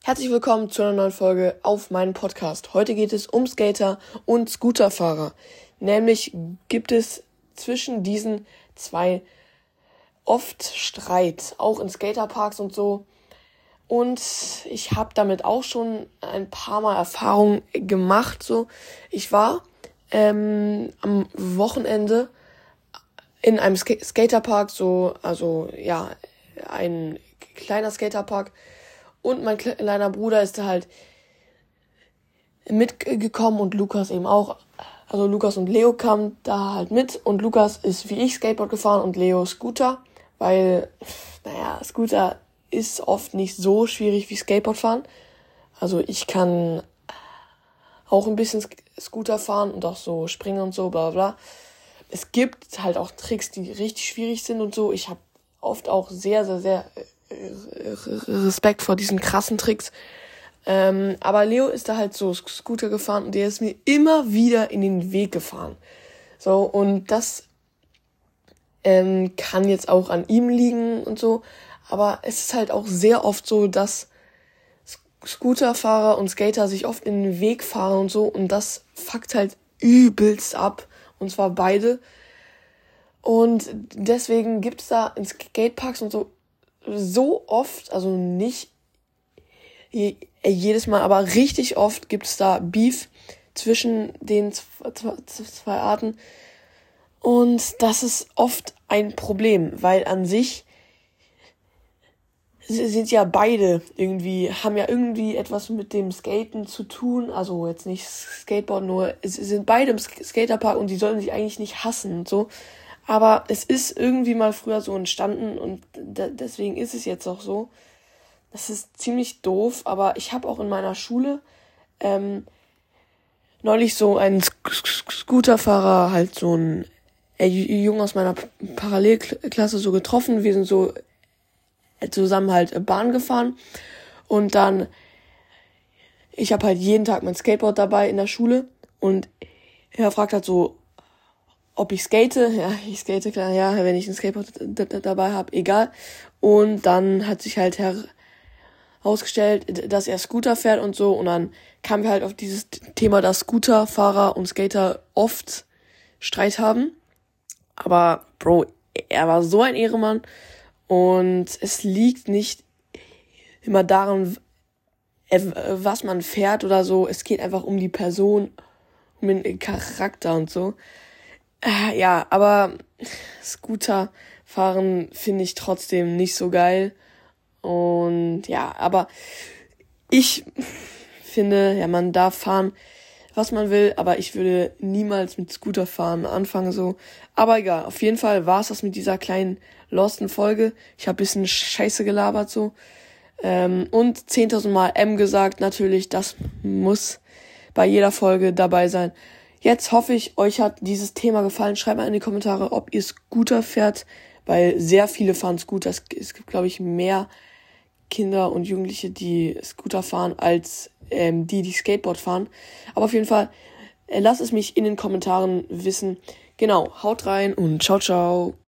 Herzlich willkommen zu einer neuen Folge auf meinem Podcast. Heute geht es um Skater und Scooterfahrer. Nämlich gibt es zwischen diesen zwei oft Streit, auch in Skaterparks und so. Und ich habe damit auch schon ein paar Mal Erfahrung gemacht. So, ich war am Wochenende in einem Skaterpark, ein kleiner Skaterpark. Und mein kleiner Bruder ist da halt mitgekommen und Lukas eben auch. Also Lukas und Leo kamen da halt mit und Lukas ist wie ich Skateboard gefahren und Leo Scooter, weil, Scooter ist oft nicht so schwierig wie Skateboard fahren. Also ich kann auch ein bisschen Scooter fahren und auch so springen und so, bla bla. Es gibt halt auch Tricks, die richtig schwierig sind und so. Ich habe oft auch sehr, sehr, sehr Respekt vor diesen krassen Tricks. Aber Leo ist da halt so Scooter gefahren und der ist mir immer wieder in den Weg gefahren. So, und das kann jetzt auch an ihm liegen und so. Aber es ist halt auch sehr oft so, dass Scooterfahrer und Skater sich oft in den Weg fahren und so. Und das fuckt halt übelst ab. Und zwar beide. Und deswegen gibt's da in Skateparks und so oft, also nicht jedes Mal, aber richtig oft gibt's da Beef zwischen den zwei Arten. Und das ist oft ein Problem, weil an sich sind ja beide haben ja irgendwie etwas mit dem Skaten zu tun. Also jetzt nicht Skateboard, nur es sind beide im Skaterpark und die sollen sich eigentlich nicht hassen und so. Aber es ist irgendwie mal früher so entstanden und deswegen ist es jetzt auch so. Das ist ziemlich doof, aber ich habe auch in meiner Schule neulich so einen Scooterfahrer, halt so ein Junge aus meiner Parallelklasse so getroffen. Wir sind so zusammen halt Bahn gefahren und dann, ich habe halt jeden Tag mein Skateboard dabei in der Schule und er fragt halt so, ob ich skate. Ja, ich skate, klar, ja, wenn ich ein Skateboard dabei habe, egal. Und dann hat sich halt herausgestellt, dass er Scooter fährt und so. Und dann kamen wir halt auf dieses Thema, dass Scooterfahrer und Skater oft Streit haben. Aber, Bro, er war so ein Ehrenmann. Und es liegt nicht immer daran, was man fährt oder so. Es geht einfach um die Person, um den Charakter und so. Ja, aber Scooter fahren finde ich trotzdem nicht so geil. Und ja, aber ich finde, ja, man darf fahren, was man will, aber ich würde niemals mit Scooterfahren anfangen so. Aber egal, auf jeden Fall war es das mit dieser kleinen losten Folge. Ich habe ein bisschen Scheiße gelabert so. Und 10.000 Mal M gesagt, natürlich, das muss bei jeder Folge dabei sein. Jetzt hoffe ich, euch hat dieses Thema gefallen. Schreibt mal in die Kommentare, ob ihr Scooter fährt, weil sehr viele fahren Scooter. Es gibt, glaube ich, mehr Kinder und Jugendliche, die Scooter fahren, als die Skateboard fahren. Aber auf jeden Fall, lasst es mich in den Kommentaren wissen. Genau, haut rein und ciao, ciao.